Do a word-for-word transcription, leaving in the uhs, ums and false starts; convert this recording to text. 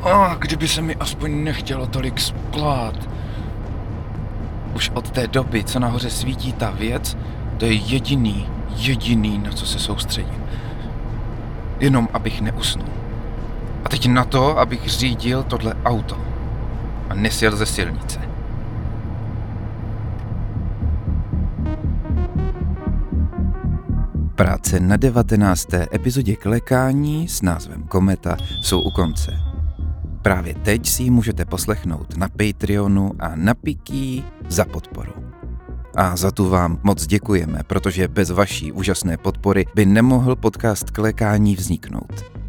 Oh, kdyby se mi aspoň nechtělo tolik spát. Už od té doby, co nahoře svítí ta věc, to je jediný, jediný, na co se soustředím. Jenom abych neusnul. A teď na to, abych řídil tohle auto a nesjel ze silnice. Práce na devatenácté epizodě Klekání s názvem Kometa jsou u konce. Právě teď si ji můžete poslechnout na Patreonu a na Piki za podporu. A za tu vám moc děkujeme, protože bez vaší úžasné podpory by nemohl podcast Klekání vzniknout.